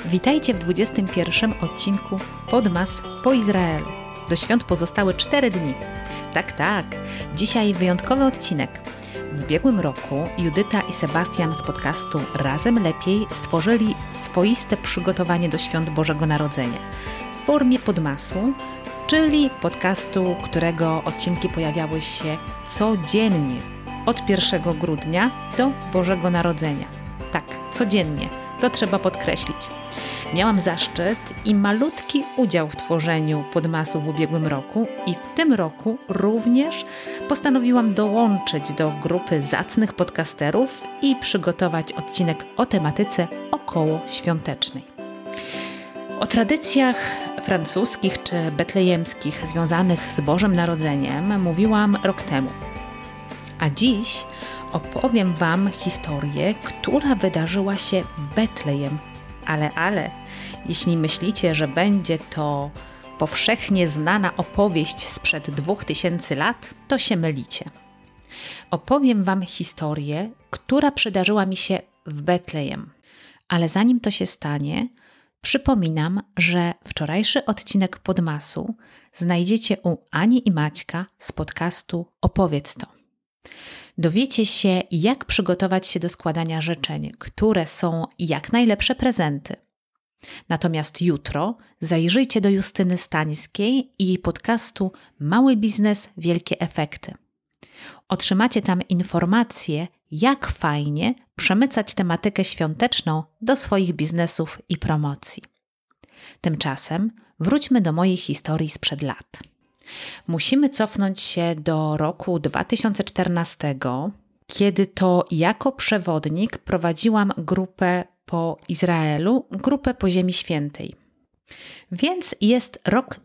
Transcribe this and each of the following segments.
Witajcie w 21 odcinku Podmas po Izraelu. Do świąt pozostały 4 dni. Tak, dzisiaj wyjątkowy odcinek. W ubiegłym roku Judyta i Sebastian z podcastu Razem Lepiej stworzyli swoiste przygotowanie do świąt Bożego Narodzenia w formie podmasu, czyli podcastu, którego odcinki pojawiały się codziennie od 1 grudnia do Bożego Narodzenia. Tak, codziennie. To trzeba podkreślić. Miałam zaszczyt i malutki udział w tworzeniu podmasu w ubiegłym roku i w tym roku również postanowiłam dołączyć do grupy zacnych podcasterów i przygotować odcinek o tematyce okołoświątecznej. O tradycjach francuskich czy betlejemskich związanych z Bożym Narodzeniem mówiłam rok temu. A dziś opowiem Wam historię, która wydarzyła się w Betlejem. Ale, jeśli myślicie, że będzie to powszechnie znana opowieść sprzed 2000 lat, to się mylicie. Opowiem Wam historię, która przydarzyła mi się w Betlejem. Ale zanim to się stanie, przypominam, że wczorajszy odcinek Podmasu znajdziecie u Ani i Maćka z podcastu Opowiedz to. Dowiecie się, jak przygotować się do składania życzeń, które są jak najlepsze prezenty. Natomiast jutro zajrzyjcie do Justyny Stańskiej i jej podcastu Mały biznes, wielkie efekty. Otrzymacie tam informacje, jak fajnie przemycać tematykę świąteczną do swoich biznesów i promocji. Tymczasem wróćmy do mojej historii sprzed lat. Musimy cofnąć się do roku 2014, kiedy to jako przewodnik prowadziłam grupę po Izraelu, grupę po Ziemi Świętej. Więc jest rok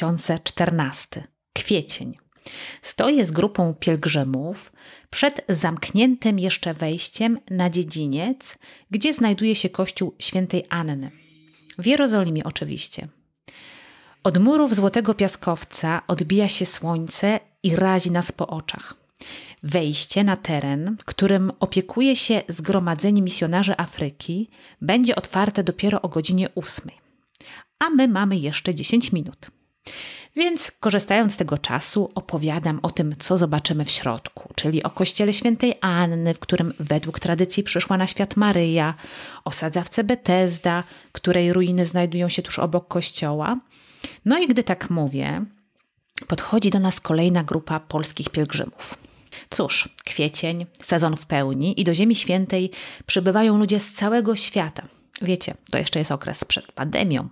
2014, kwiecień. Stoję z grupą pielgrzymów przed zamkniętym jeszcze wejściem na dziedziniec, gdzie znajduje się kościół Świętej Anny. W Jerozolimie oczywiście. Od murów złotego piaskowca odbija się słońce i razi nas po oczach. Wejście na teren, którym opiekuje się Zgromadzenie Misjonarzy Afryki, będzie otwarte dopiero o godzinie 8. A my mamy jeszcze 10 minut. Więc korzystając z tego czasu opowiadam o tym, co zobaczymy w środku, czyli o kościele Świętej Anny, w którym według tradycji przyszła na świat Maryja, o sadzawce Betesda, której ruiny znajdują się tuż obok kościoła. No i gdy tak mówię, podchodzi do nas kolejna grupa polskich pielgrzymów. Cóż, kwiecień, sezon w pełni i do Ziemi Świętej przybywają ludzie z całego świata. Wiecie, to jeszcze jest okres przed pandemią.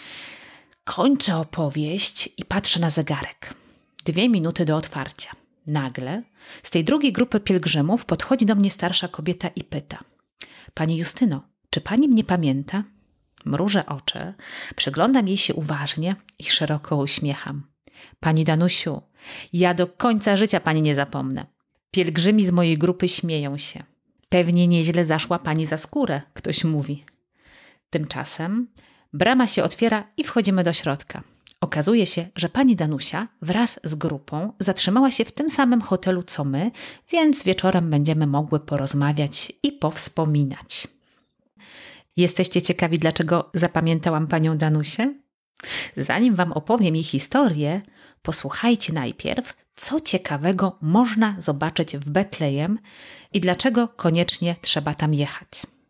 Kończę opowieść i patrzę na zegarek. 2 minuty do otwarcia. Nagle z tej drugiej grupy pielgrzymów podchodzi do mnie starsza kobieta i pyta: Pani Justyno, czy Pani mnie pamięta? Mrużę oczy, przyglądam jej się uważnie i szeroko uśmiecham. Pani Danusiu, ja do końca życia Pani nie zapomnę. Pielgrzymi z mojej grupy śmieją się. Pewnie nieźle zaszła Pani za skórę, ktoś mówi. Tymczasem brama się otwiera i wchodzimy do środka. Okazuje się, że Pani Danusia wraz z grupą zatrzymała się w tym samym hotelu co my, więc wieczorem będziemy mogły porozmawiać i powspominać. Jesteście ciekawi, dlaczego zapamiętałam Panią Danusię? Zanim Wam opowiem jej historię, posłuchajcie najpierw, co ciekawego można zobaczyć w Betlejem i dlaczego koniecznie trzeba tam jechać.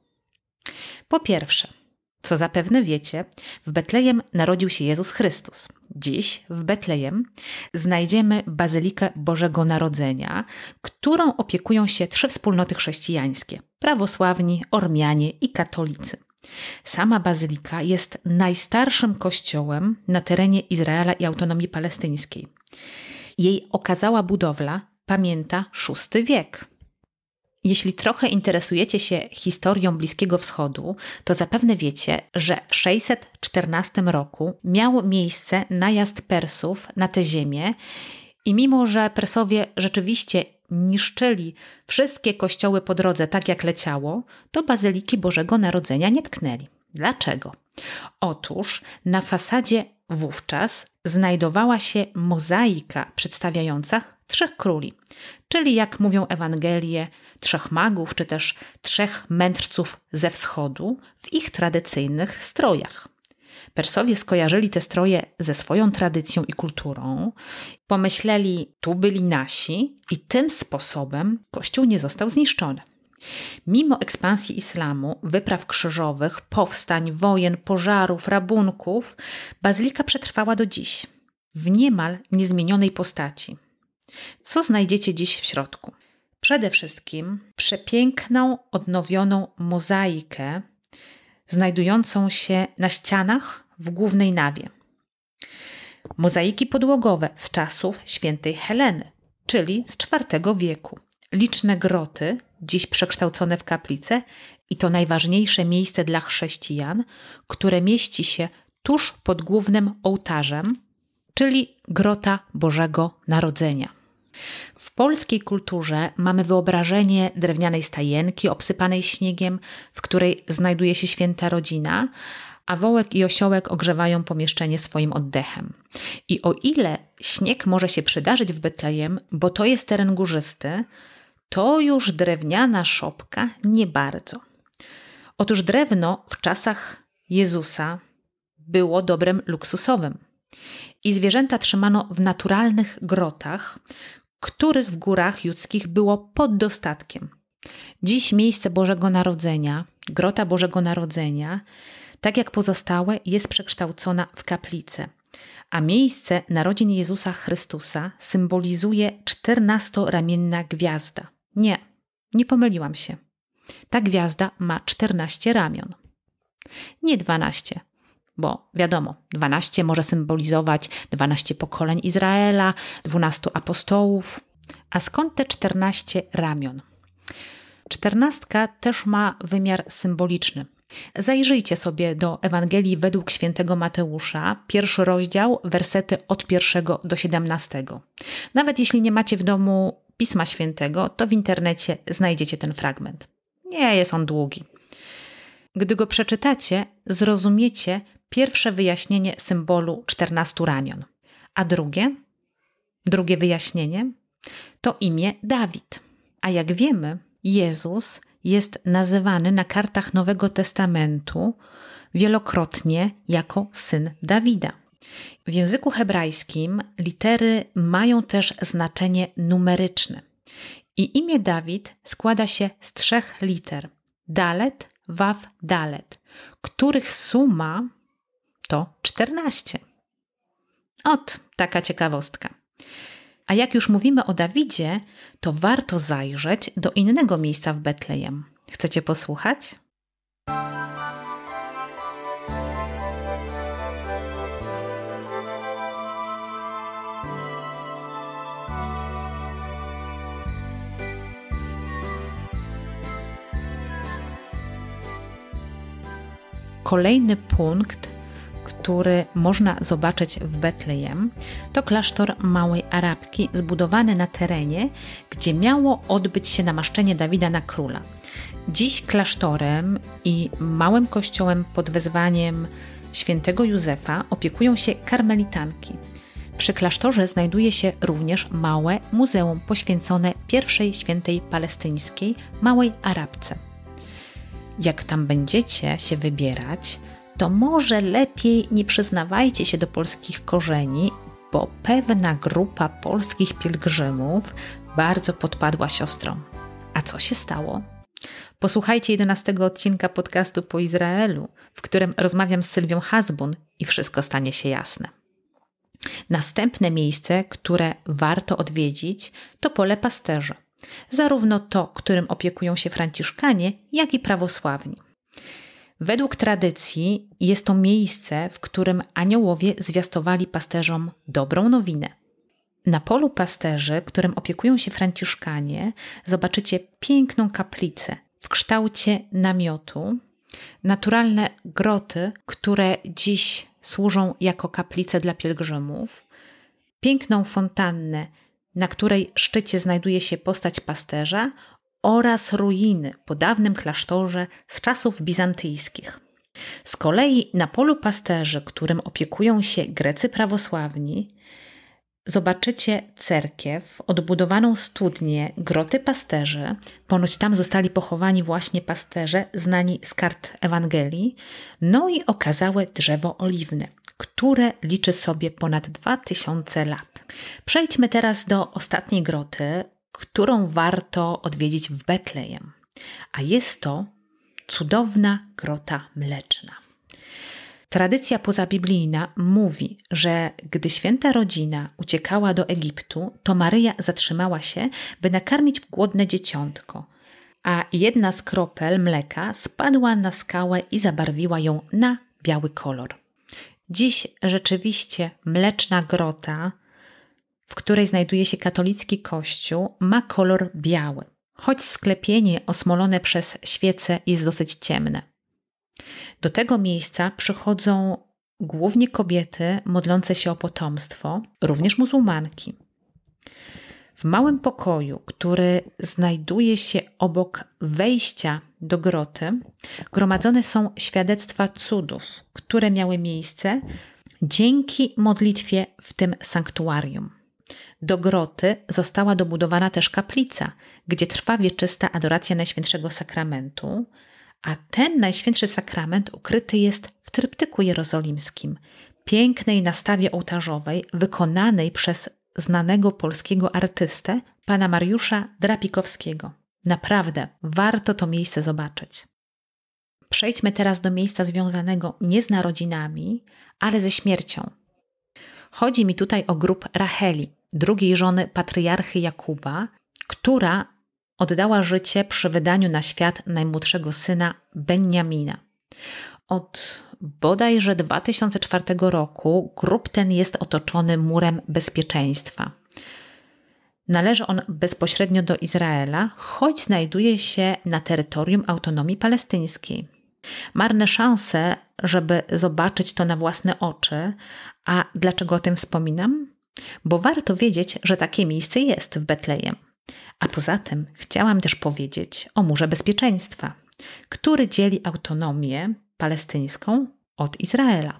Po pierwsze, co zapewne wiecie, w Betlejem narodził się Jezus Chrystus. Dziś w Betlejem znajdziemy Bazylikę Bożego Narodzenia, którą opiekują się 3 wspólnoty chrześcijańskie: prawosławni, Ormianie i katolicy. Sama bazylika jest najstarszym kościołem na terenie Izraela i autonomii palestyńskiej. Jej okazała budowla pamięta VI wiek. Jeśli trochę interesujecie się historią Bliskiego Wschodu, to zapewne wiecie, że w 614 roku miał miejsce najazd Persów na tę ziemię i mimo, że Persowie rzeczywiście niszczyli wszystkie kościoły po drodze tak jak leciało, to Bazyliki Bożego Narodzenia nie tknęli. Dlaczego? Otóż na fasadzie wówczas znajdowała się mozaika przedstawiająca 3 króli, czyli jak mówią Ewangelie, 3 magów, czy też 3 mędrców ze wschodu w ich tradycyjnych strojach. Persowie skojarzyli te stroje ze swoją tradycją i kulturą, pomyśleli, tu byli nasi i tym sposobem Kościół nie został zniszczony. Mimo ekspansji islamu, wypraw krzyżowych, powstań, wojen, pożarów, rabunków, bazylika przetrwała do dziś, w niemal niezmienionej postaci. Co znajdziecie dziś w środku? Przede wszystkim przepiękną, odnowioną mozaikę znajdującą się na ścianach w głównej nawie. Mozaiki podłogowe z czasów świętej Heleny, czyli z IV wieku. Liczne groty, dziś przekształcone w kaplice i to najważniejsze miejsce dla chrześcijan, które mieści się tuż pod głównym ołtarzem, czyli Grota Bożego Narodzenia. W polskiej kulturze mamy wyobrażenie drewnianej stajenki obsypanej śniegiem, w której znajduje się święta rodzina, a wołek i osiołek ogrzewają pomieszczenie swoim oddechem. I o ile śnieg może się przydarzyć w Betlejem, bo to jest teren górzysty, to już drewniana szopka nie bardzo. Otóż drewno w czasach Jezusa było dobrem luksusowym i zwierzęta trzymano w naturalnych grotach, których w górach judzkich było pod dostatkiem. Dziś miejsce Bożego Narodzenia, Grota Bożego Narodzenia, tak jak pozostałe, jest przekształcona w kaplicę, a miejsce narodzin Jezusa Chrystusa symbolizuje 14-ramienna gwiazda. Nie pomyliłam się. Ta gwiazda ma 14 ramion. Nie 12, bo wiadomo, 12 może symbolizować 12 pokoleń Izraela, 12 apostołów. A skąd te 14 ramion? 14 też ma wymiar symboliczny. Zajrzyjcie sobie do Ewangelii według świętego Mateusza, 1 rozdział, wersety od 1 do 17. Nawet jeśli nie macie w domu Pisma Świętego, to w internecie znajdziecie ten fragment. Nie jest on długi. Gdy go przeczytacie, zrozumiecie pierwsze wyjaśnienie symbolu 14 ramion. A drugie wyjaśnienie to imię Dawid. A jak wiemy, Jezus jest nazywany na kartach Nowego Testamentu wielokrotnie jako syn Dawida. W języku hebrajskim litery mają też znaczenie numeryczne. I imię Dawid składa się z 3 liter. Dalet, Waw, Dalet, których suma to 14. Taka ciekawostka. A jak już mówimy o Dawidzie, to warto zajrzeć do innego miejsca w Betlejem. Chcecie posłuchać? Kolejny punkt, który można zobaczyć w Betlejem, to klasztor Małej Arabki zbudowany na terenie, gdzie miało odbyć się namaszczenie Dawida na króla. Dziś klasztorem i małym kościołem pod wezwaniem świętego Józefa opiekują się karmelitanki. Przy klasztorze znajduje się również małe muzeum poświęcone pierwszej świętej palestyńskiej Małej Arabce. Jak tam będziecie się wybierać, to może lepiej nie przyznawajcie się do polskich korzeni, bo pewna grupa polskich pielgrzymów bardzo podpadła siostrom. A co się stało? Posłuchajcie 11 odcinka podcastu Po Izraelu, w którym rozmawiam z Sylwią Hasbun i wszystko stanie się jasne. Następne miejsce, które warto odwiedzić, to Pole Pasterzy. Zarówno to, którym opiekują się franciszkanie, jak i prawosławni. Według tradycji jest to miejsce, w którym aniołowie zwiastowali pasterzom dobrą nowinę. Na Polu Pasterzy, którym opiekują się franciszkanie, zobaczycie piękną kaplicę w kształcie namiotu, naturalne groty, które dziś służą jako kaplice dla pielgrzymów, piękną fontannę, na której szczycie znajduje się postać pasterza oraz ruiny po dawnym klasztorze z czasów bizantyjskich. Z kolei na polu pasterzy, którym opiekują się Grecy prawosławni, zobaczycie cerkiew, odbudowaną studnię, groty pasterzy. Ponoć tam zostali pochowani właśnie pasterze znani z kart Ewangelii, no i okazałe drzewo oliwne, które liczy sobie ponad 2000 lat. Przejdźmy teraz do ostatniej groty, którą warto odwiedzić w Betlejem, a jest to cudowna Grota Mleczna. Tradycja pozabiblijna mówi, że gdy święta rodzina uciekała do Egiptu, to Maryja zatrzymała się, by nakarmić głodne dzieciątko, a jedna z kropel mleka spadła na skałę i zabarwiła ją na biały kolor. Dziś rzeczywiście Mleczna Grota, w której znajduje się katolicki kościół, ma kolor biały, choć sklepienie osmolone przez świece jest dosyć ciemne. Do tego miejsca przychodzą głównie kobiety modlące się o potomstwo, również muzułmanki. W małym pokoju, który znajduje się obok wejścia do groty, gromadzone są świadectwa cudów, które miały miejsce dzięki modlitwie w tym sanktuarium. Do groty została dobudowana też kaplica, gdzie trwa wieczysta adoracja Najświętszego Sakramentu, a ten Najświętszy Sakrament ukryty jest w tryptyku jerozolimskim, pięknej nastawie ołtarzowej wykonanej przez znanego polskiego artystę, pana Mariusza Drapikowskiego. Naprawdę, warto to miejsce zobaczyć. Przejdźmy teraz do miejsca związanego nie z narodzinami, ale ze śmiercią. Chodzi mi tutaj o grób Racheli, drugiej żony patriarchy Jakuba, która oddała życie przy wydaniu na świat najmłodszego syna Benjamina. Od bodajże 2004 roku grób ten jest otoczony murem bezpieczeństwa. Należy on bezpośrednio do Izraela, choć znajduje się na terytorium autonomii palestyńskiej. Marne szanse, żeby zobaczyć to na własne oczy. A dlaczego o tym wspominam? Bo warto wiedzieć, że takie miejsce jest w Betlejem. A poza tym chciałam też powiedzieć o murze bezpieczeństwa, który dzieli autonomię palestyńską od Izraela.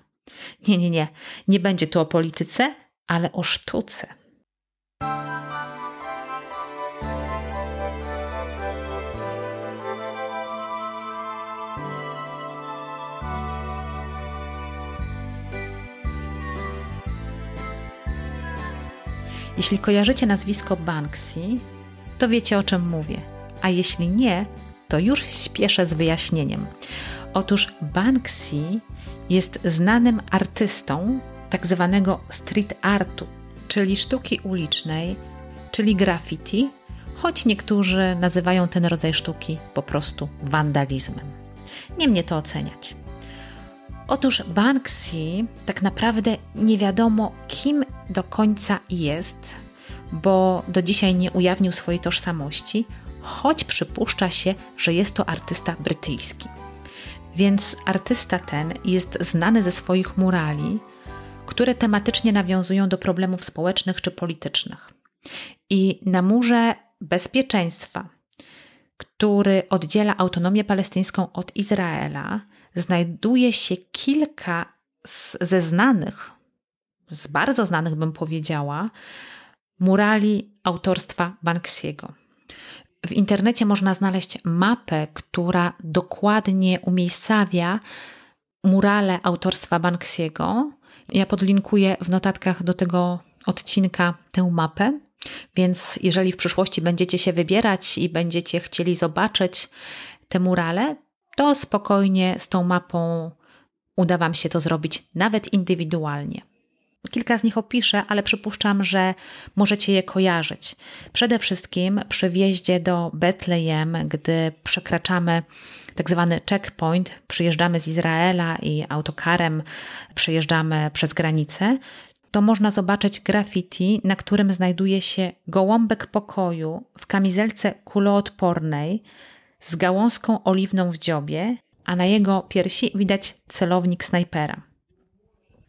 Nie będzie tu o polityce, ale o sztuce. Jeśli kojarzycie nazwisko Banksy, to wiecie, o czym mówię. A jeśli nie, to już śpieszę z wyjaśnieniem. Otóż Banksy jest znanym artystą tak zwanego street artu, czyli sztuki ulicznej, czyli graffiti, choć niektórzy nazywają ten rodzaj sztuki po prostu wandalizmem. Nie mnie to oceniać. Otóż Banksy tak naprawdę nie wiadomo, kim do końca jest, bo do dzisiaj nie ujawnił swojej tożsamości, choć przypuszcza się, że jest to artysta brytyjski. Więc artysta ten jest znany ze swoich murali, które tematycznie nawiązują do problemów społecznych czy politycznych. I na murze bezpieczeństwa, który oddziela autonomię palestyńską od Izraela, znajduje się kilka ze znanych, z bardzo znanych bym powiedziała, murali autorstwa Banksy'ego. W internecie można znaleźć mapę, która dokładnie umiejscawia murale autorstwa Banksy'ego. Ja podlinkuję w notatkach do tego odcinka tę mapę, więc jeżeli w przyszłości będziecie się wybierać i będziecie chcieli zobaczyć te murale, to spokojnie z tą mapą uda Wam się to zrobić nawet indywidualnie. Kilka z nich opiszę, ale przypuszczam, że możecie je kojarzyć. Przede wszystkim przy wjeździe do Betlejem, gdy przekraczamy tak zwany checkpoint, przyjeżdżamy z Izraela i autokarem przejeżdżamy przez granicę, to można zobaczyć graffiti, na którym znajduje się gołąbek pokoju w kamizelce kuloodpornej z gałązką oliwną w dziobie, a na jego piersi widać celownik snajpera.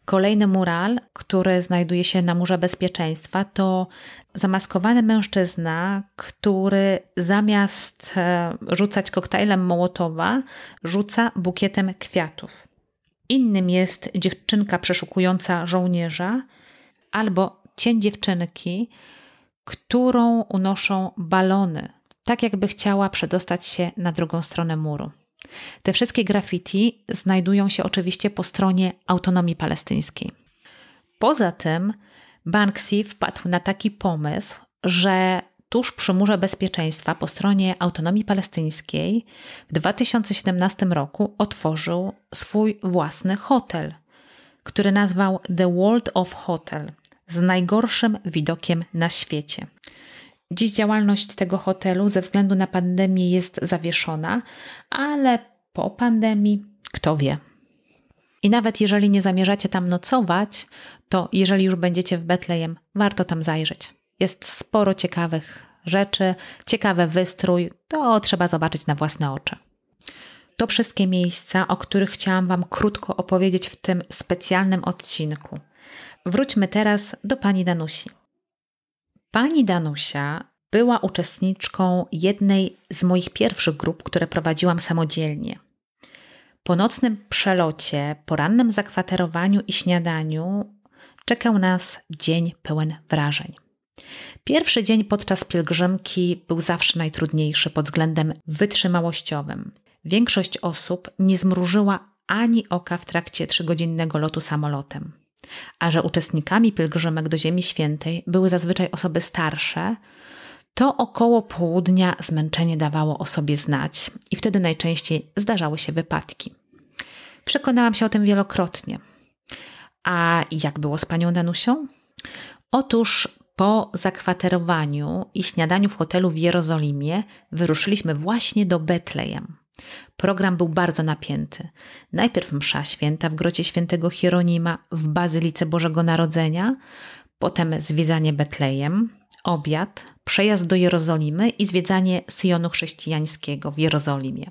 Kolejny mural, który znajduje się na Murze Bezpieczeństwa, to zamaskowany mężczyzna, który zamiast rzucać koktajlem Mołotowa, rzuca bukietem kwiatów. Innym jest dziewczynka przeszukująca żołnierza albo cień dziewczynki, którą unoszą balony, tak jakby chciała przedostać się na drugą stronę muru. Te wszystkie graffiti znajdują się oczywiście po stronie autonomii palestyńskiej. Poza tym Banksy wpadł na taki pomysł, że tuż przy Murze Bezpieczeństwa po stronie autonomii palestyńskiej w 2017 roku otworzył swój własny hotel, który nazwał The World of Hotel, z najgorszym widokiem na świecie. Dziś działalność tego hotelu ze względu na pandemię jest zawieszona, ale po pandemii kto wie. I nawet jeżeli nie zamierzacie tam nocować, to jeżeli już będziecie w Betlejem, warto tam zajrzeć. Jest sporo ciekawych rzeczy, ciekawy wystrój, to trzeba zobaczyć na własne oczy. To wszystkie miejsca, o których chciałam Wam krótko opowiedzieć w tym specjalnym odcinku. Wróćmy teraz do pani Danusi. Pani Danusia była uczestniczką jednej z moich pierwszych grup, które prowadziłam samodzielnie. Po nocnym przelocie, porannym zakwaterowaniu i śniadaniu czekał nas dzień pełen wrażeń. Pierwszy dzień podczas pielgrzymki był zawsze najtrudniejszy pod względem wytrzymałościowym. Większość osób nie zmrużyła ani oka w trakcie 3-godzinnego lotu samolotem. A że uczestnikami pielgrzymek do Ziemi Świętej były zazwyczaj osoby starsze, to około południa zmęczenie dawało o sobie znać i wtedy najczęściej zdarzały się wypadki. Przekonałam się o tym wielokrotnie. A jak było z panią Danusią? Otóż po zakwaterowaniu i śniadaniu w hotelu w Jerozolimie wyruszyliśmy właśnie do Betlejem. Program był bardzo napięty. Najpierw msza święta w grocie świętego Hieronima w Bazylice Bożego Narodzenia, potem zwiedzanie Betlejem, obiad, przejazd do Jerozolimy i zwiedzanie Syjonu Chrześcijańskiego w Jerozolimie.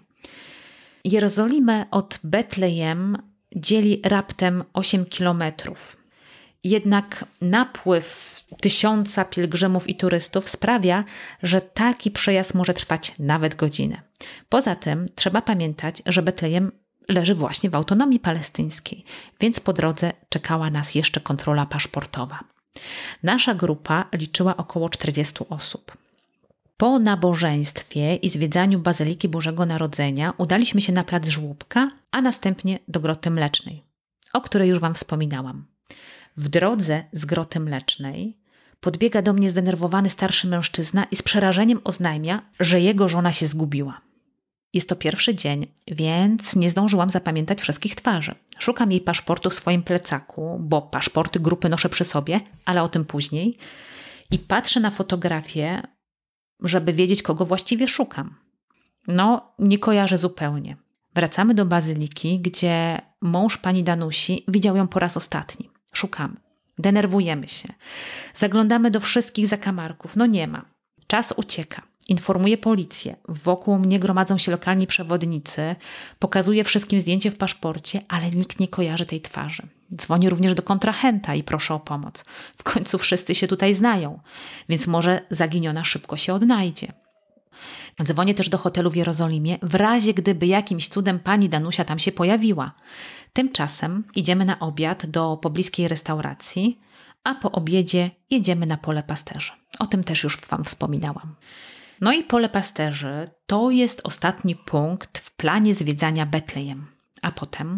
Jerozolimę od Betlejem dzieli raptem 8 kilometrów. Jednak napływ 1000 pielgrzymów i turystów sprawia, że taki przejazd może trwać nawet godzinę. Poza tym trzeba pamiętać, że Betlejem leży właśnie w autonomii palestyńskiej, więc po drodze czekała nas jeszcze kontrola paszportowa. Nasza grupa liczyła około 40 osób. Po nabożeństwie i zwiedzaniu Bazyliki Bożego Narodzenia udaliśmy się na plac Żłóbka, a następnie do Groty Mlecznej, o której już Wam wspominałam. W drodze z Groty Mlecznej podbiega do mnie zdenerwowany starszy mężczyzna i z przerażeniem oznajmia, że jego żona się zgubiła. Jest to pierwszy dzień, więc nie zdążyłam zapamiętać wszystkich twarzy. Szukam jej paszportu w swoim plecaku, bo paszporty grupy noszę przy sobie, ale o tym później. I patrzę na fotografię, żeby wiedzieć, kogo właściwie szukam. No, nie kojarzę zupełnie. Wracamy do Bazyliki, gdzie mąż pani Danusi widział ją po raz ostatni. Szukamy. Denerwujemy się. Zaglądamy do wszystkich zakamarków. No nie ma. Czas ucieka. Informuję policję. Wokół mnie gromadzą się lokalni przewodnicy. Pokazuję wszystkim zdjęcie w paszporcie, ale nikt nie kojarzy tej twarzy. Dzwonię również do kontrahenta i proszę o pomoc. W końcu wszyscy się tutaj znają, więc może zaginiona szybko się odnajdzie. Dzwonię też do hotelu w Jerozolimie, w razie gdyby jakimś cudem pani Danusia tam się pojawiła. Tymczasem idziemy na obiad do pobliskiej restauracji, a po obiedzie jedziemy na pole pasterzy. O tym też już Wam wspominałam. No i pole pasterzy to jest ostatni punkt w planie zwiedzania Betlejem. A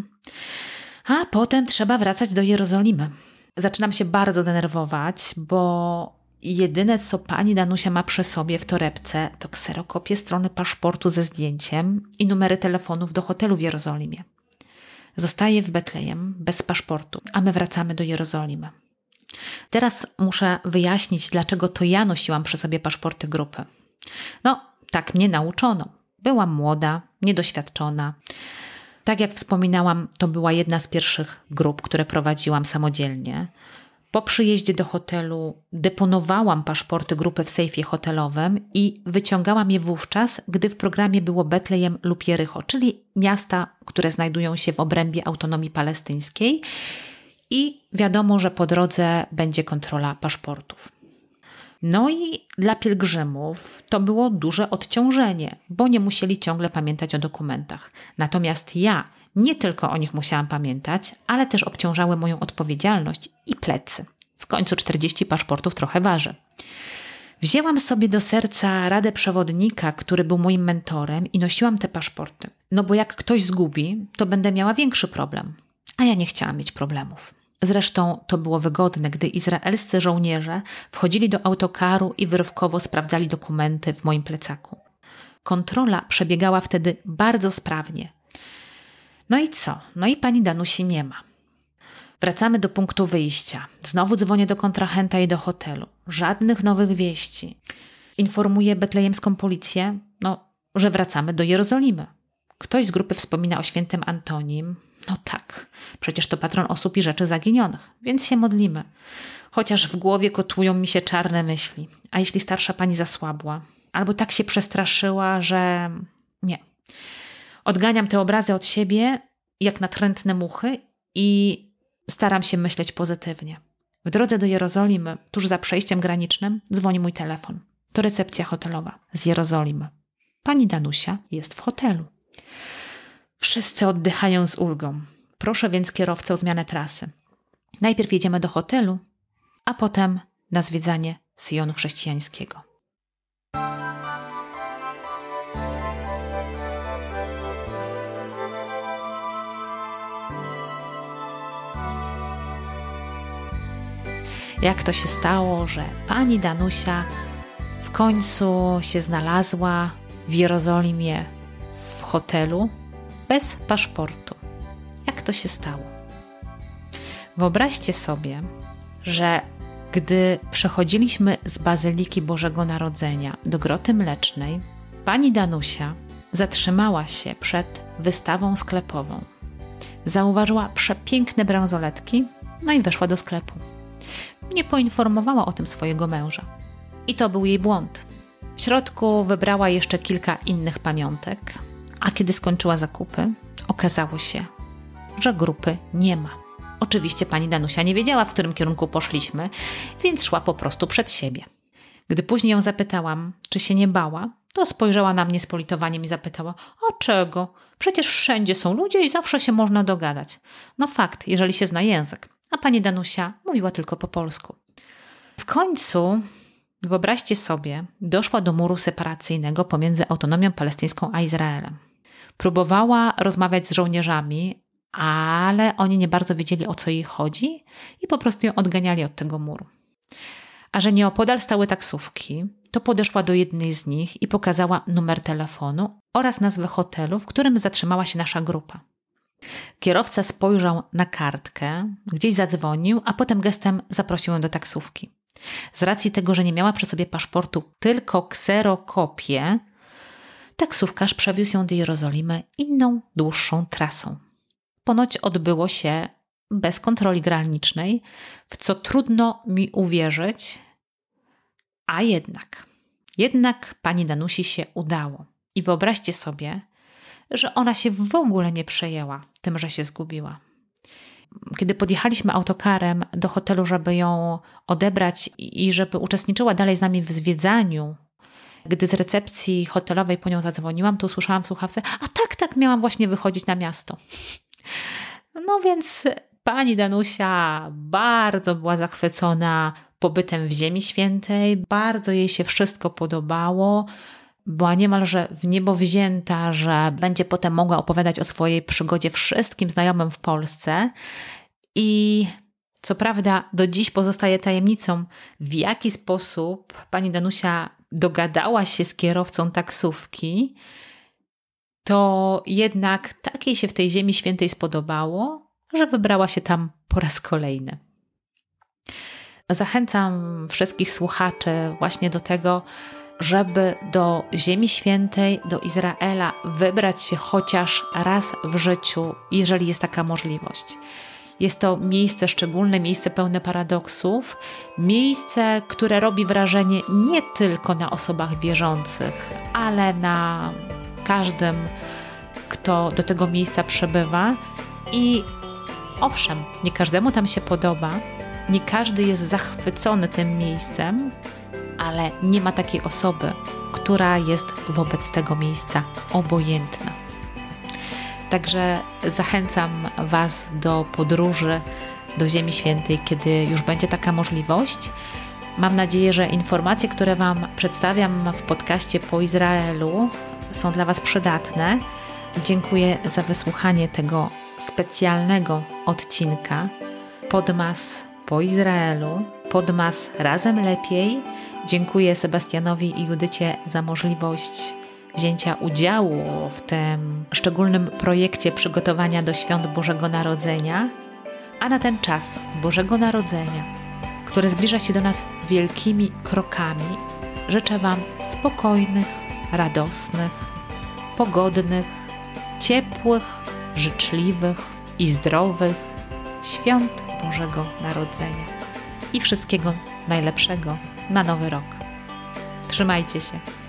potem trzeba wracać do Jerozolimy. Zaczynam się bardzo denerwować, bo jedyne co pani Danusia ma przy sobie w torebce to kserokopię strony paszportu ze zdjęciem i numery telefonów do hotelu w Jerozolimie. Zostaje w Betlejem bez paszportu, a my wracamy do Jerozolimy. Teraz muszę wyjaśnić, dlaczego to ja nosiłam przy sobie paszporty grupy. No, tak mnie nauczono. Byłam młoda, niedoświadczona. Tak jak wspominałam, to była jedna z pierwszych grup, które prowadziłam samodzielnie. Po przyjeździe do hotelu deponowałam paszporty grupy w sejfie hotelowym i wyciągałam je wówczas, gdy w programie było Betlejem lub Jericho, czyli miasta, które znajdują się w obrębie autonomii palestyńskiej i wiadomo, że po drodze będzie kontrola paszportów. No i dla pielgrzymów to było duże odciążenie, bo nie musieli ciągle pamiętać o dokumentach. Natomiast ja nie tylko o nich musiałam pamiętać, ale też obciążały moją odpowiedzialność i plecy. W końcu 40 paszportów trochę waży. Wzięłam sobie do serca radę przewodnika, który był moim mentorem i nosiłam te paszporty. No bo jak ktoś zgubi, to będę miała większy problem. A ja nie chciałam mieć problemów. Zresztą to było wygodne, gdy izraelscy żołnierze wchodzili do autokaru i wyrywkowo sprawdzali dokumenty w moim plecaku. Kontrola przebiegała wtedy bardzo sprawnie. No i co? No i pani Danusi nie ma. Wracamy do punktu wyjścia. Znowu dzwonię do kontrahenta i do hotelu. Żadnych nowych wieści. Informuję betlejemską policję, że wracamy do Jerozolimy. Ktoś z grupy wspomina o świętym Antonim. No tak, przecież to patron osób i rzeczy zaginionych, więc się modlimy. Chociaż w głowie kotłują mi się czarne myśli. A jeśli starsza pani zasłabła? Albo tak się przestraszyła, że... Nie. Odganiam te obrazy od siebie jak natrętne muchy i staram się myśleć pozytywnie. W drodze do Jerozolimy, tuż za przejściem granicznym, dzwoni mój telefon. To recepcja hotelowa z Jerozolimy. Pani Danusia jest w hotelu. Wszyscy oddychają z ulgą. Proszę więc kierowcę o zmianę trasy. Najpierw jedziemy do hotelu, a potem na zwiedzanie Syjonu chrześcijańskiego. Jak to się stało, że pani Danusia w końcu się znalazła w Jerozolimie w hotelu bez paszportu? Jak to się stało? Wyobraźcie sobie, że gdy przechodziliśmy z Bazyliki Bożego Narodzenia do Groty Mlecznej, pani Danusia zatrzymała się przed wystawą sklepową. Zauważyła przepiękne bransoletki, no i weszła do sklepu. Nie poinformowała o tym swojego męża. I to był jej błąd. W środku wybrała jeszcze kilka innych pamiątek, a kiedy skończyła zakupy, okazało się, że grupy nie ma. Oczywiście pani Danusia nie wiedziała, w którym kierunku poszliśmy, więc szła po prostu przed siebie. Gdy później ją zapytałam, czy się nie bała, to spojrzała na mnie z politowaniem i zapytała: a czego? Przecież wszędzie są ludzie i zawsze się można dogadać. No fakt, jeżeli się zna język. A pani Danusia mówiła tylko po polsku. W końcu, wyobraźcie sobie, doszła do muru separacyjnego pomiędzy autonomią palestyńską a Izraelem. Próbowała rozmawiać z żołnierzami, ale oni nie bardzo wiedzieli, o co jej chodzi i po prostu ją odganiali od tego muru. A że nieopodal stały taksówki, to podeszła do jednej z nich i pokazała numer telefonu oraz nazwę hotelu, w którym zatrzymała się nasza grupa. Kierowca spojrzał na kartkę, gdzieś zadzwonił, a potem gestem zaprosił ją do taksówki. Z racji tego, że nie miała przy sobie paszportu, tylko kserokopię, taksówkarz przewiózł ją do Jerozolimy inną, dłuższą trasą. Ponoć odbyło się bez kontroli granicznej, w co trudno mi uwierzyć, a jednak pani Danusi się udało. I wyobraźcie sobie, że ona się w ogóle nie przejęła tym, że się zgubiła. Kiedy podjechaliśmy autokarem do hotelu, żeby ją odebrać i żeby uczestniczyła dalej z nami w zwiedzaniu, gdy z recepcji hotelowej po nią zadzwoniłam, to usłyszałam w słuchawce: a tak, miałam właśnie wychodzić na miasto. No więc pani Danusia bardzo była zachwycona pobytem w Ziemi Świętej, bardzo jej się wszystko podobało. Była niemalże w niebo wzięta, że będzie potem mogła opowiadać o swojej przygodzie wszystkim znajomym w Polsce. I co prawda do dziś pozostaje tajemnicą, w jaki sposób pani Danusia dogadała się z kierowcą taksówki, to jednak tak jej się w tej Ziemi Świętej spodobało, że wybrała się tam po raz kolejny. Zachęcam wszystkich słuchaczy właśnie do tego, żeby do Ziemi Świętej, do Izraela wybrać się chociaż raz w życiu, jeżeli jest taka możliwość. Jest to miejsce szczególne, miejsce pełne paradoksów, miejsce, które robi wrażenie nie tylko na osobach wierzących, ale na każdym, kto do tego miejsca przybywa. I Owszem, nie każdemu tam się podoba, nie każdy jest zachwycony tym miejscem, ale nie ma takiej osoby, która jest wobec tego miejsca obojętna. Także zachęcam Was do podróży do Ziemi Świętej, kiedy już będzie taka możliwość. Mam nadzieję, że informacje, które Wam przedstawiam w podcaście Po Izraelu, są dla Was przydatne. Dziękuję za wysłuchanie tego specjalnego odcinka Podmas po Izraelu, Podmas razem lepiej. Dziękuję Sebastianowi i Judycie za możliwość wzięcia udziału w tym szczególnym projekcie przygotowania do świąt Bożego Narodzenia, a na ten czas Bożego Narodzenia, który zbliża się do nas wielkimi krokami, życzę Wam spokojnych, radosnych, pogodnych, ciepłych, życzliwych i zdrowych świąt Bożego Narodzenia i wszystkiego najlepszego na Nowy Rok. Trzymajcie się!